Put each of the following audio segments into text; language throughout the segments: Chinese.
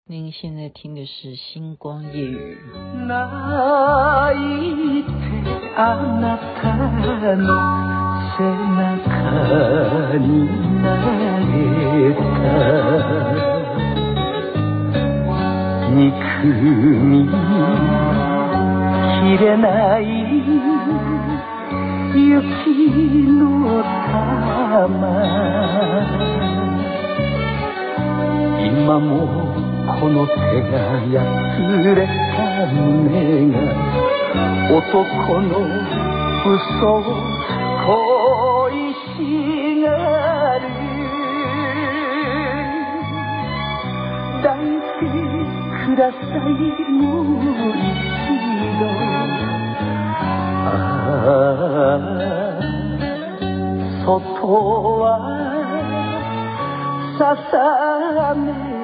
您现在听的是星光夜雨。 泣いてあなたの背中になれた憎みきれない雪の玉今もこの手がやつれた胸が男の嘘恋しがる抱いてくださいもう一度外はささめ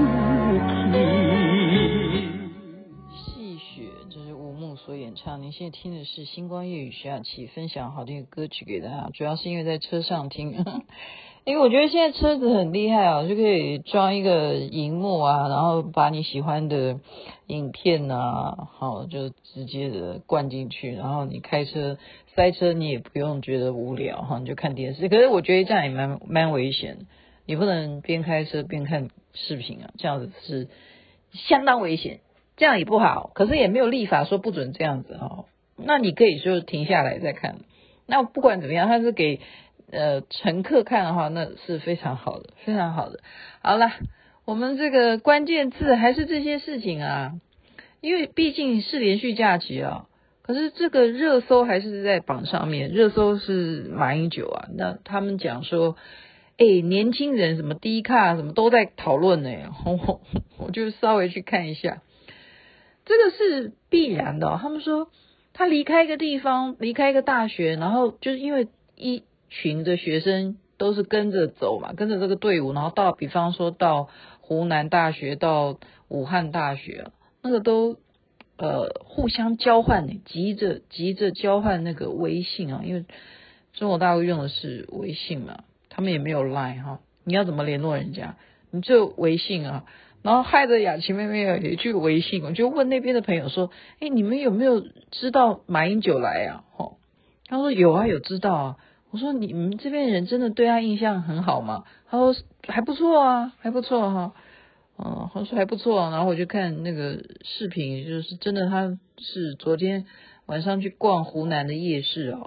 细雪，这是吴牧所演唱。您现在听的是星光夜雨徐雅琪分享好听的歌曲给大家，主要是因为在车上听，因为我觉得现在车子很厉害啊，就可以装一个荧幕啊，然后把你喜欢的影片啊，好就直接的灌进去，然后你开车塞车你也不用觉得无聊哈，你就看电视。可是我觉得这样也蛮危险的，你不能边开车边看视频啊，这样子是相当危险。这样也不好，可是也没有立法说不准这样子哦。那你可以就停下来再看。那不管怎么样，它是给乘客看的话，那是非常好的，非常好的。好了，我们这个关键字还是这些事情啊，因为毕竟是连续假期啊。可是这个热搜还是在榜上面，热搜是马英九啊。那他们讲说，年轻人什么低卡什么都在讨论呢，我就稍微去看一下。这个是必然的他们说他离开一个地方，离开一个大学，然后就是因为一群的学生都是跟着走嘛，跟着这个队伍，然后比方说到湖南大学，到武汉大学，那个都互相交换急着交换那个微信啊，因为中国大陆用的是微信嘛，他们也没有 Line 哈，你要怎么联络人家？你就微信啊。然后害得雅琪妹妹有一句微信，我就问那边的朋友说，你们有没有知道马英九来啊？他说有啊，有知道啊。我说你们这边人真的对他印象很好吗？他说还不错啊，还不错哈。他说还不错啊。然后我就看那个视频，就是真的他是昨天晚上去逛湖南的夜市啊，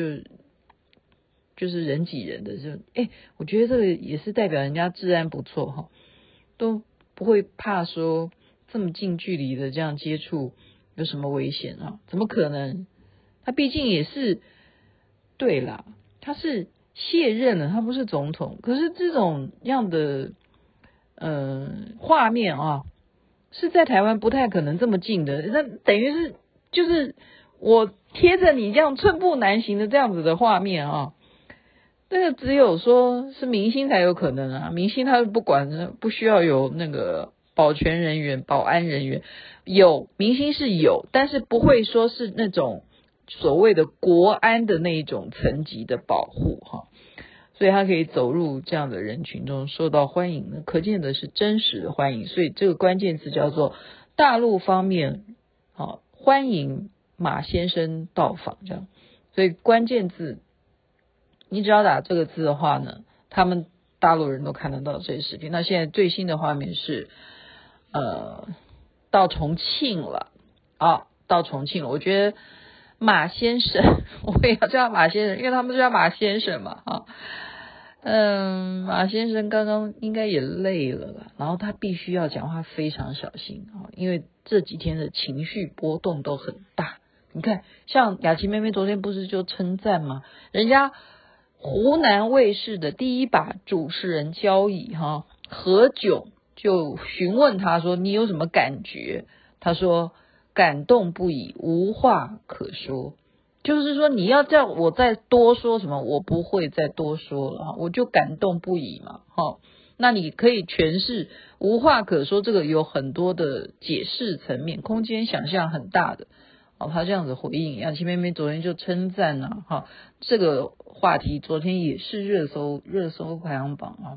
就是人挤人的，我觉得这个也是代表人家治安不错哈，都不会怕说这么近距离的这样接触有什么危险啊？怎么可能？他毕竟也是对啦，他是卸任了，他不是总统。可是这种样的画面啊，是在台湾不太可能这么近的。那等于是就是我贴着你这样寸步难行的这样子的画面啊。那个只有说是明星才有可能啊，明星他不管，不需要有那个保全人员、保安人员，有明星是有，但是不会说是那种所谓的国安的那一种层级的保护哈，所以他可以走入这样的人群中受到欢迎，可见的是真实的欢迎，所以这个关键词叫做大陆方面欢迎马先生到访这样，所以关键字。你只要打这个字的话呢，他们大陆人都看得到这些视频。那现在最新的画面是到重庆了到重庆了。我觉得马先生我也要叫马先生，因为他们叫马先生嘛马先生刚刚应该也累了吧，然后他必须要讲话非常小心因为这几天的情绪波动都很大。你看像雅琪妹妹昨天不是就称赞吗？人家湖南卫视的第一把主持人交椅何炅就询问他说你有什么感觉？他说感动不已，无话可说。就是说你要叫我再多说什么，我不会再多说了，我就感动不已嘛那你可以诠释无话可说，这个有很多的解释层面，空间想象很大的他这样子回应，雅琪妹妹昨天就称赞这个话题昨天也是热搜排行榜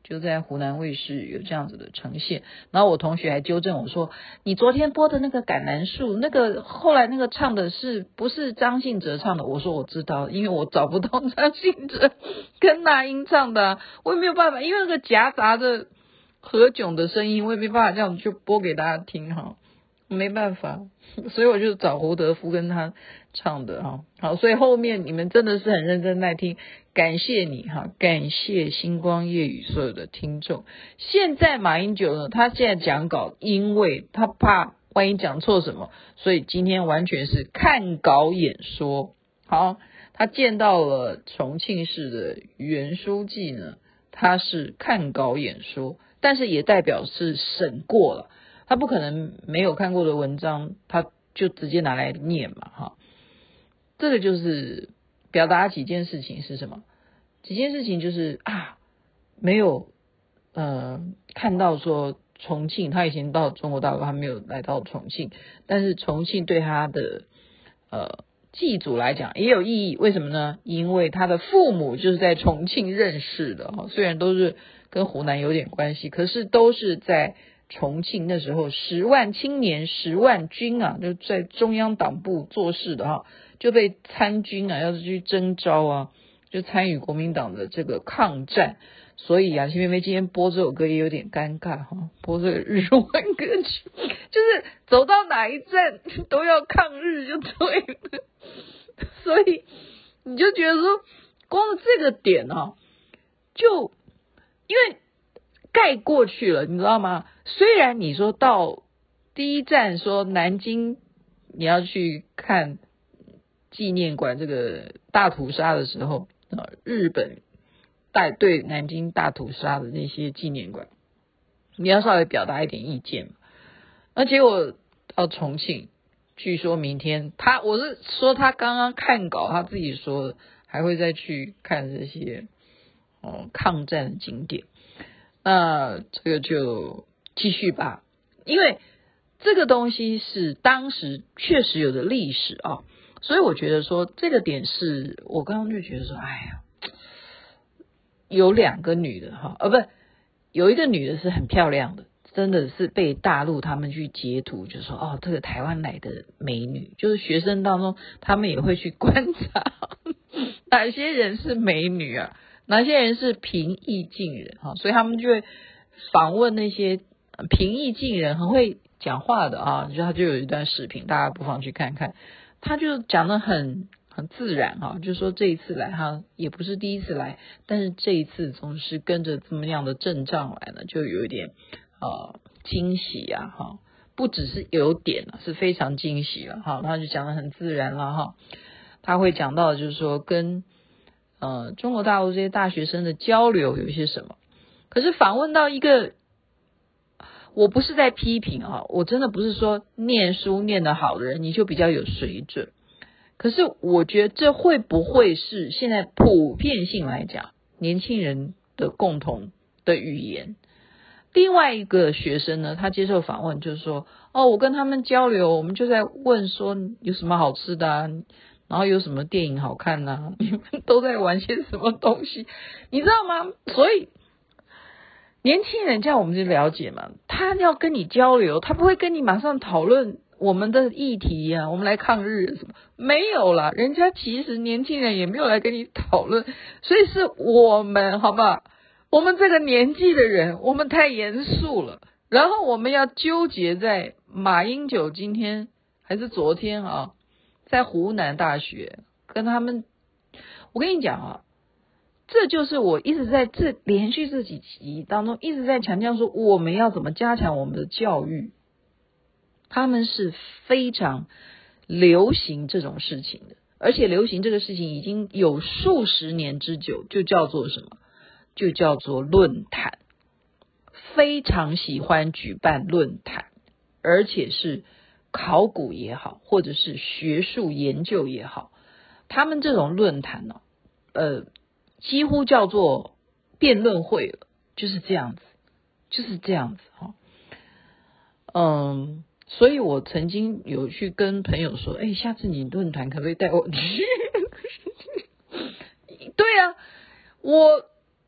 就在湖南卫视有这样子的呈现。然后我同学还纠正我说，你昨天播的那个橄榄树，那个后来那个唱的是不是张信哲唱的？我说我知道，因为我找不到张信哲跟那英唱的啊，我也没有办法，因为那个夹杂着何炅的声音，我也没办法这样就播给大家听哈，没办法，所以我就找胡德夫跟他唱的哈。好，所以后面你们真的是很认真在听，感谢你哈，感谢星光夜语所有的听众。现在马英九呢，他现在讲稿，因为他怕万一讲错什么，所以今天完全是看稿演说。好，他见到了重庆市的原书记呢，他是看稿演说，但是也代表是审过了。他不可能没有看过的文章，他就直接拿来念嘛，哈。这个就是表达几件事情是什么？几件事情就是没有看到说重庆，他以前到中国大陆，他没有来到重庆，但是重庆对他的祭祖来讲也有意义。为什么呢？因为他的父母就是在重庆认识的，虽然都是跟湖南有点关系，可是都是在重庆那时候10万青年10万军啊，就在中央党部做事的哈，就被参军啊，要是去征召啊，就参与国民党的这个抗战。所以啊，秦妹妹今天播这首歌也有点尴尬哈，播这个日文歌曲，就是走到哪一站都要抗日就对了。所以你就觉得说，光是这个点啊，就因为盖过去了，你知道吗？虽然你说到第一站说南京你要去看纪念馆这个大屠杀的时候，日本对南京大屠杀的那些纪念馆，你要稍微表达一点意见嘛。那结果到重庆，据说明天我是说他刚刚看稿，他自己说还会再去看这些抗战的景点。那这个就继续吧，因为这个东西是当时确实有的历史啊，所以我觉得说这个点是我刚刚就觉得说，哎呀，有2个女的哈，不是有一个女的是很漂亮的，真的是被大陆他们去截图，就说这个台湾来的美女，就是学生当中他们也会去观察哪些人是美女啊，哪些人是平易近人哈，所以他们就会访问那些平易近人、很会讲话的啊，他就有一段视频，大家不妨去看看，他就讲得很自然哈，就说这一次来他也不是第一次来，但是这一次总是跟着这么样的阵仗来呢，就有一点惊喜啊哈，不只是有点是非常惊喜了哈，他就讲得很自然了哈。他会讲到就是说跟中国大陆这些大学生的交流有一些什么，可是访问到一个，我不是在批评啊，我真的不是说念书念得好的人你就比较有水准，可是我觉得这会不会是现在普遍性来讲年轻人的共同的语言。另外一个学生呢，他接受访问就是说我跟他们交流，我们就在问说有什么好吃的啊，然后有什么电影好看啊，你们都在玩些什么东西，你知道吗？所以年轻人这样我们就了解嘛，他要跟你交流，他不会跟你马上讨论我们的议题啊，我们来抗日什么没有啦，人家其实年轻人也没有来跟你讨论，所以是我们好不好？我们这个年纪的人，我们太严肃了，然后我们要纠结在马英九今天还是昨天啊，在湖南大学跟他们，我跟你讲啊，这就是我一直在连续这几集当中一直在强调说，我们要怎么加强我们的教育。他们是非常流行这种事情的，而且流行这个事情已经有数十年之久，就叫做什么？就叫做论坛。非常喜欢举办论坛，而且是考古也好，或者是学术研究也好，他们这种论坛呢，几乎叫做辩论会了，就是这样子，就是这样子哈。所以我曾经有去跟朋友说，下次你论坛可不可以带我去？对啊，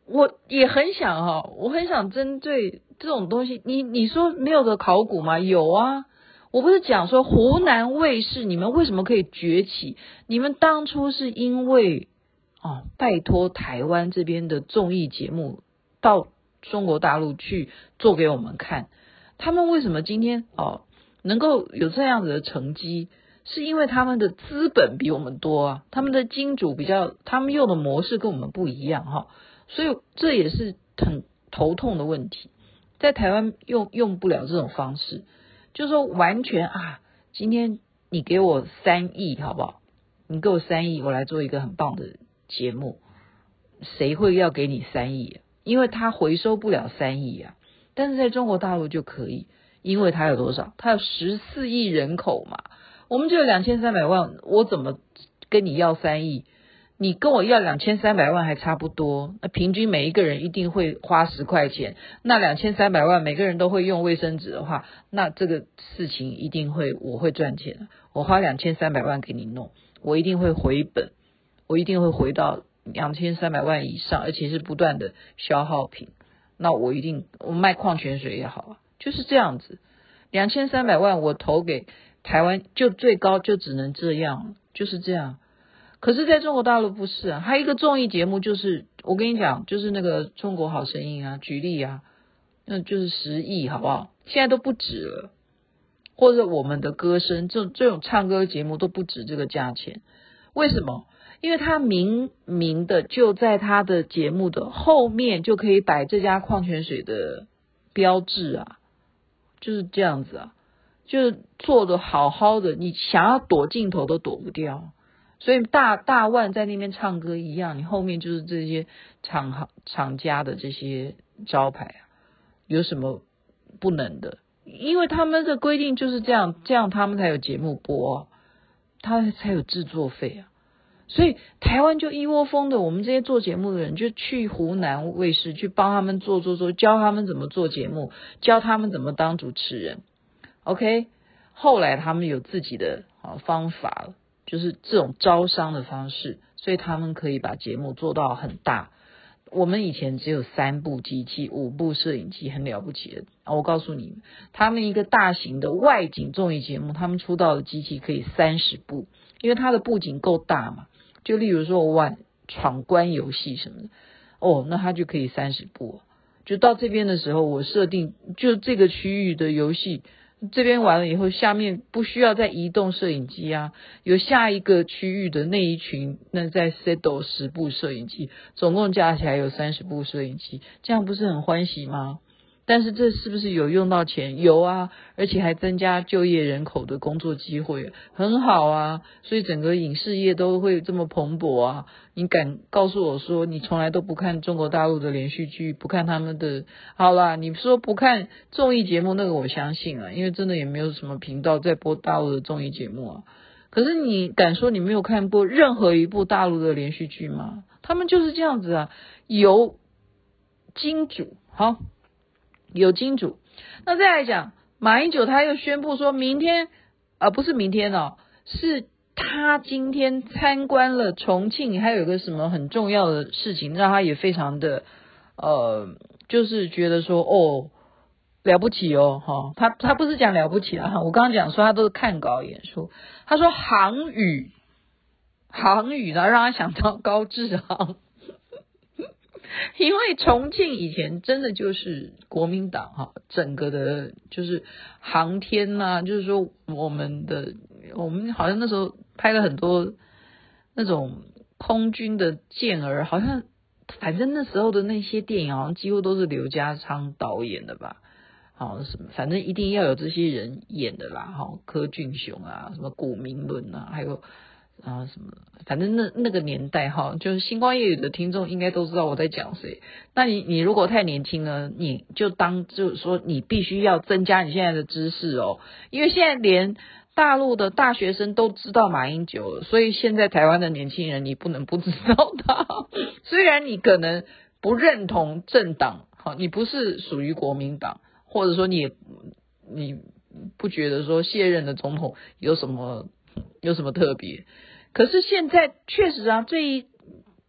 我也很想我很想针对这种东西，你说没有的考古吗？有啊，我不是讲说湖南卫视你们为什么可以崛起？你们当初是因为拜托台湾这边的综艺节目到中国大陆去做给我们看，他们为什么今天能够有这样子的成绩？是因为他们的资本比我们多啊，他们的金主比较，他们用的模式跟我们不一样所以这也是很头痛的问题，在台湾用不了这种方式，就是说完全今天你给我3亿好不好？你给我3亿，我来做一个很棒的节目，谁会要给你3亿因为他回收不了3亿啊，但是在中国大陆就可以，因为他有多少？他有14亿人口嘛。我们就有2300万，我怎么跟你要3亿？你跟我要2300万还差不多，那平均每一个人一定会花10块钱，那2300万每个人都会用卫生纸的话，那这个事情一定我会赚钱的。我花2300万给你弄，我一定会回本，我一定会回到2300万以上，而且是不断的消耗品。那我卖矿泉水也好就是这样子。2300万我投给台湾就最高就只能这样，就是这样。可是在中国大陆不是还有一个综艺节目，就是我跟你讲，就是那个中国好声音举例那就是10亿好不好？现在都不止了，或者我们的歌声这种唱歌节目都不止这个价钱。为什么？因为他明明的就在他的节目的后面就可以摆这家矿泉水的标志就是这样子就是做的好好的，你想要躲镜头都躲不掉。所以大万在那边唱歌一样，你后面就是这些厂家的这些招牌有什么不能的？因为他们的规定就是这样他们才有节目播他才有制作费所以台湾就一窝蜂的，我们这些做节目的人就去湖南卫视去帮他们做，教他们怎么做节目，教他们怎么当主持人。OK， 后来他们有自己的方法了，就是这种招商的方式，所以他们可以把节目做到很大。我们以前只有3部机器、5部摄影机，很了不起的。我告诉你，他们一个大型的外景综艺节目，他们出道的机器可以30部，因为它的布景够大嘛。就例如说我玩闯关游戏什么的，那它就可以30部。就到这边的时候，我设定就这个区域的游戏。这边完了以后，下面不需要再移动摄影机有下一个区域的那一群，那再 settle 10部摄影机，总共加起来有30部摄影机，这样不是很欢喜吗？但是这是不是有用到钱？有而且还增加就业人口的工作机会，很好所以整个影视业都会这么蓬勃你敢告诉我说你从来都不看中国大陆的连续剧，不看他们的，好啦，你说不看综艺节目那个我相信因为真的也没有什么频道在播大陆的综艺节目可是你敢说你没有看过任何一部大陆的连续剧吗？他们就是这样子有金主有金主。那再来讲马英九，他又宣布说明天不是明天是他今天参观了重庆，还有个什么很重要的事情，让他也非常的就是觉得说了不起他不是讲了不起我刚刚讲说他都是看稿演出。他说航语呢让他想到高志航因为重庆以前真的就是国民党整个的就是航天就是说我们好像那时候拍了很多那种空军的健儿，好像反正那时候的那些电影好像几乎都是刘家昌导演的吧什么反正一定要有这些人演的啦柯俊雄什么古明伦还有什么，反正那个年代就是星光夜语的听众应该都知道我在讲谁。那你如果太年轻呢，你就就是说你必须要增加你现在的知识因为现在连大陆的大学生都知道马英九了，所以现在台湾的年轻人你不能不知道他。虽然你可能不认同政党你不是属于国民党，或者说你不觉得说卸任的总统有什么特别，可是现在确实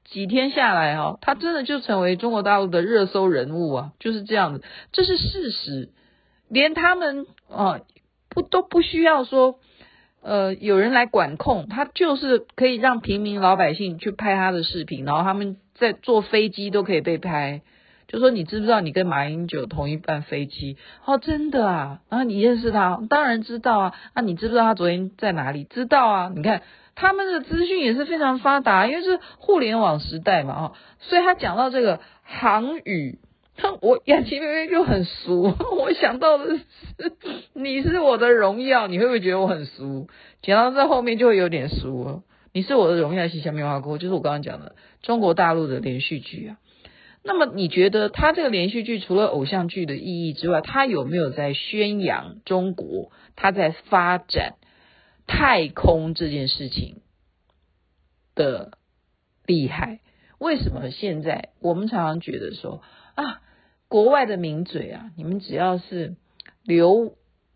几天下来他真的就成为中国大陆的热搜人物啊，就是这样子，这是事实，连他们都不需要说有人来管控，他就是可以让平民老百姓去拍他的视频，然后他们在坐飞机都可以被拍。就说你知不知道你跟马英九同一班飞机？真的啊？然后你认识他？当然知道啊。你知不知道他昨天在哪里？知道啊。你看他们的资讯也是非常发达，因为是互联网时代嘛所以他讲到这个航语，我雅琪妹妹就很俗，我想到的是你是我的荣耀，你会不会觉得我很俗？讲到这后面就会有点俗了。你是我的荣耀是下面话过，就是我刚刚讲的中国大陆的连续剧啊。那么你觉得他这个连续剧除了偶像剧的意义之外，他有没有在宣扬中国他在发展太空这件事情的厉害？为什么现在我们常常觉得说国外的名嘴你们只要是留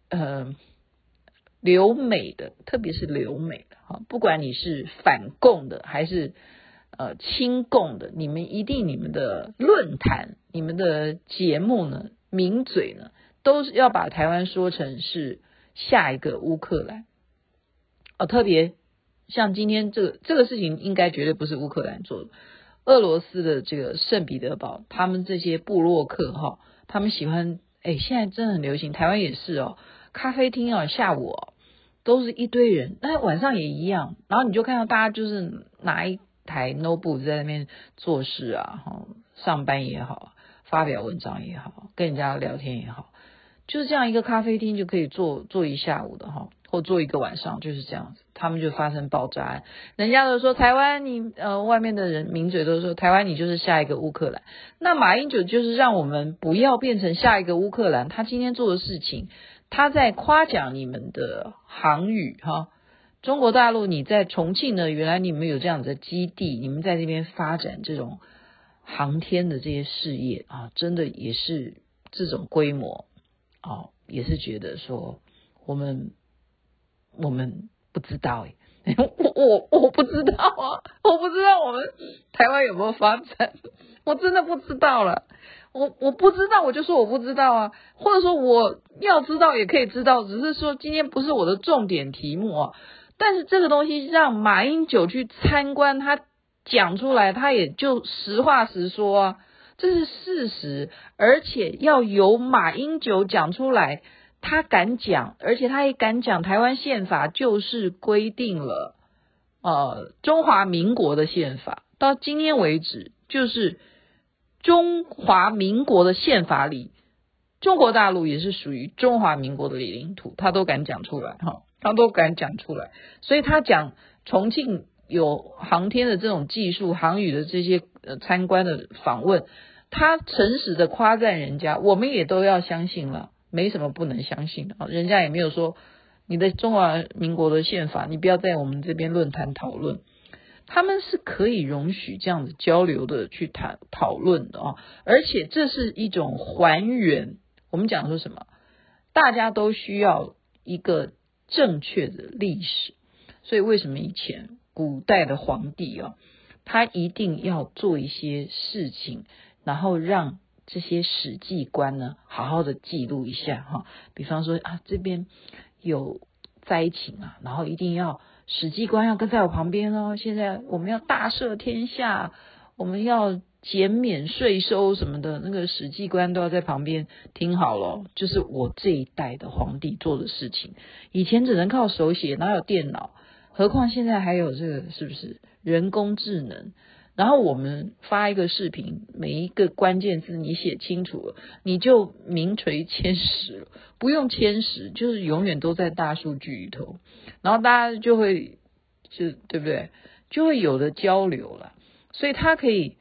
美的，特别是留美的不管你是反共的还是亲共的，你们的论坛、你们的节目呢，名嘴呢，都是要把台湾说成是下一个乌克兰特别像今天这个事情，应该绝对不是乌克兰做的，俄罗斯的这个圣彼得堡，他们这些部落客他们喜欢现在真的很流行，台湾也是咖啡厅下午都是一堆人，但晚上也一样，然后你就看到大家就是拿一台 notebook 在那边做事上班也好，发表文章也好，跟人家聊天也好，就是这样一个咖啡厅就可以坐一下午的或坐一个晚上，就是这样子，他们就发生爆炸案。人家都说台湾你外面的人名嘴都说台湾你就是下一个乌克兰，那马英九就是让我们不要变成下一个乌克兰，他今天做的事情，他在夸奖你们的航语中国大陆你在重庆呢，原来你们有这样的基地，你们在这边发展这种航天的这些事业真的也是这种规模也是觉得说我们不知道我不知道我不知道我们台湾有没有发展，我真的不知道了，我不知道，我就说我不知道或者说我要知道也可以知道，只是说今天不是我的重点题目但是这个东西让马英九去参观，他讲出来，他也就实话实说这是事实，而且要由马英九讲出来，他敢讲，而且他也敢讲台湾宪法就是规定了中华民国的宪法，到今天为止就是中华民国的宪法里，中国大陆也是属于中华民国的领土，他都敢讲出来他都敢讲出来，所以他讲重庆有航天的这种技术，航宇的这些参观的访问，他诚实的夸赞人家，我们也都要相信了，没什么不能相信的人家也没有说你的中华民国的宪法你不要在我们这边论坛讨论，他们是可以容许这样子交流的去讨论的而且这是一种还原，我们讲说什么，大家都需要一个正确的历史，所以为什么以前古代的皇帝他一定要做一些事情，然后让这些史记官呢好好的记录一下比方说这边有灾情然后一定要史记官要跟在我旁边现在我们要大赦天下，我们要减免税收什么的，那个史记官都要在旁边听好了，就是我这一代的皇帝做的事情，以前只能靠手写，哪有电脑，何况现在还有这个是不是人工智能，然后我们发一个视频，每一个关键字你写清楚了，你就名垂千史了，不用千史，就是永远都在大数据里头，然后大家就会对不对，就会有的交流了，所以他可以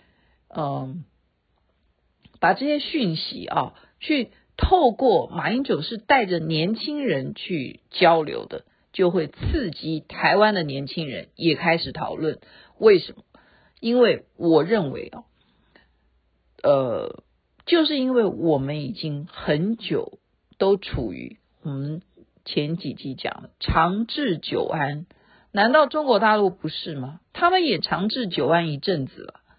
把这些讯息去透过马英九是带着年轻人去交流的，就会刺激台湾的年轻人也开始讨论。为什么？因为我认为就是因为我们已经很久都处于我们前几集讲的长治久安，难道中国大陆不是吗？他们也长治久安一阵子了，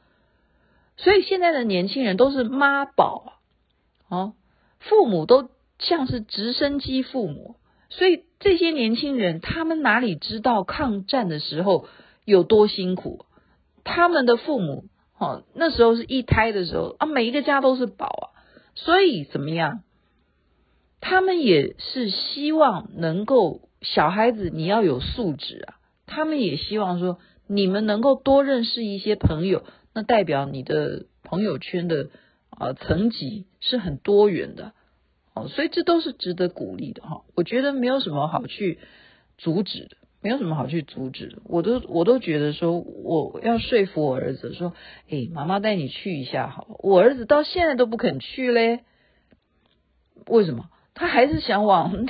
所以现在的年轻人都是妈宝父母都像是直升机父母，所以这些年轻人他们哪里知道抗战的时候有多辛苦？他们的父母那时候是一胎的时候每一个家都是宝所以怎么样？他们也是希望能够小孩子你要有素质他们也希望说你们能够多认识一些朋友，那代表你的朋友圈的层级是很多元的所以这都是值得鼓励的我觉得没有什么好去阻止的，没有什么好去阻止的。我都觉得说我要说服我儿子说妈妈带你去一下好了，我儿子到现在都不肯去嘞。为什么？他还是向往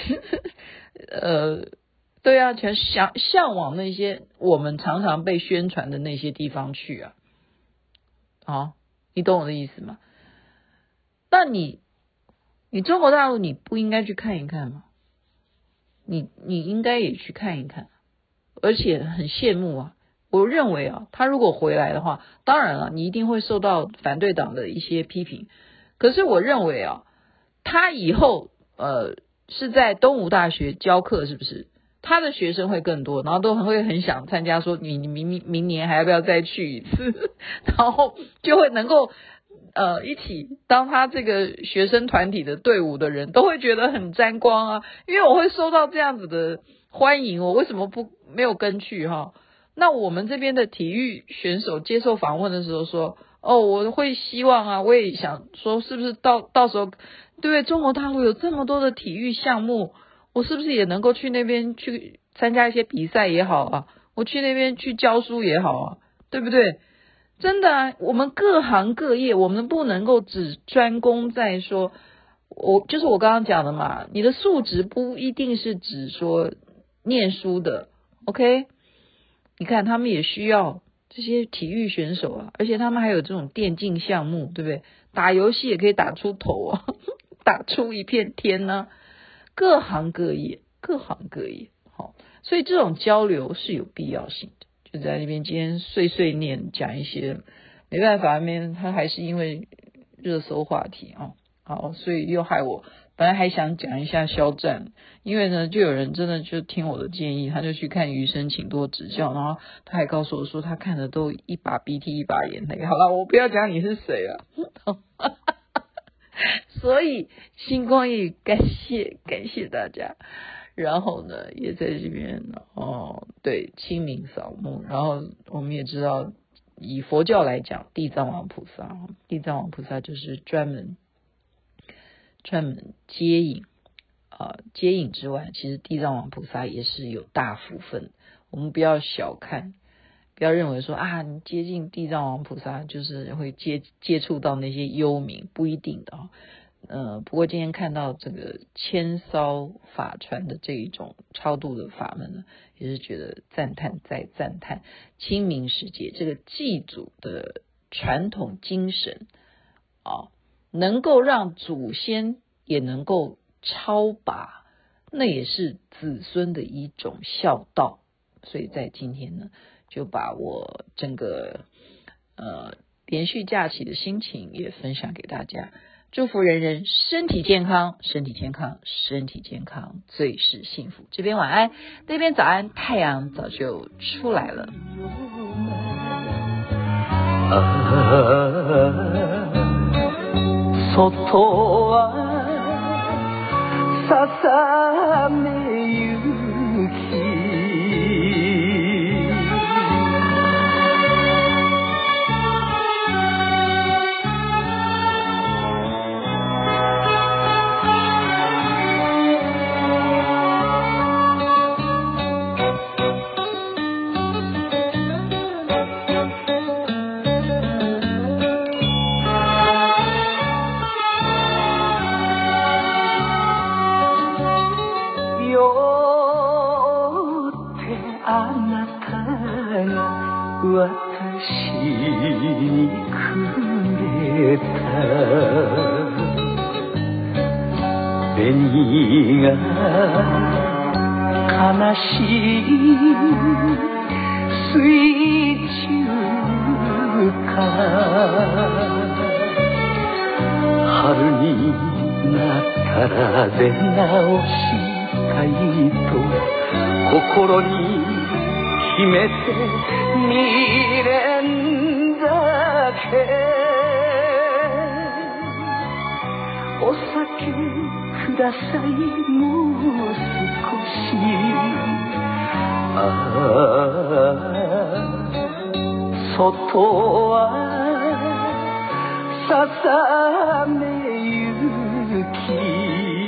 对啊，全向往那些我们常常被宣传的那些地方去你懂我的意思吗？那你中国大陆你不应该去看一看吗？你应该也去看一看，而且很羡慕我认为他如果回来的话，当然了，你一定会受到反对党的一些批评，可是我认为他以后是在东吴大学教课，是不是？他的学生会更多，然后都很想参加，说你明年还要不要再去一次？然后就会能够一起当他这个学生团体的队伍的人都会觉得很沾光因为我会收到这样子的欢迎，我为什么没有跟去那我们这边的体育选手接受访问的时候说我会希望我也想说是不是到时候对不对？中国大陆有这么多的体育项目，我是不是也能够去那边去参加一些比赛也好我去那边去教书也好对不对？真的我们各行各业，我们不能够只专攻在说就是我刚刚讲的嘛，你的素质不一定是指说念书的 OK， 你看他们也需要这些体育选手而且他们还有这种电竞项目，对不对？打游戏也可以打出头打出一片天各行各业所以这种交流是有必要性的。就在那边今天碎念讲一些，没办法，那边他还是因为热搜话题所以又害我本来还想讲一下肖战，因为呢就有人真的就听我的建议，他就去看余生请多指教，然后他还告诉我说他看的都一把鼻涕一把眼泪。好了，我不要讲你是谁了所以星光也感谢大家，然后呢也在这边对清明扫墓，然后我们也知道以佛教来讲，地藏王菩萨就是专门接引之外，其实地藏王菩萨也是有大福分，我们不要小看，不要认为说你接近地藏王菩萨就是会接触到那些幽冥，不一定的不过今天看到这个千骚法传的这一种超度的法门呢，也是觉得赞叹再赞叹。清明时节这个祭祖的传统精神能够让祖先也能够超拔，那也是子孙的一种孝道。所以在今天呢，就把我整个连续假期的心情也分享给大家。祝福人人身体健康，身体健康，身体健康，最是幸福。这边晚安，那边早安，太阳早就出来了。 外はささめ雪私にくれた紅が悲しい水中か春になったら出直したいと心に決めて未練だけお酒くださいもう少し外はささめゆき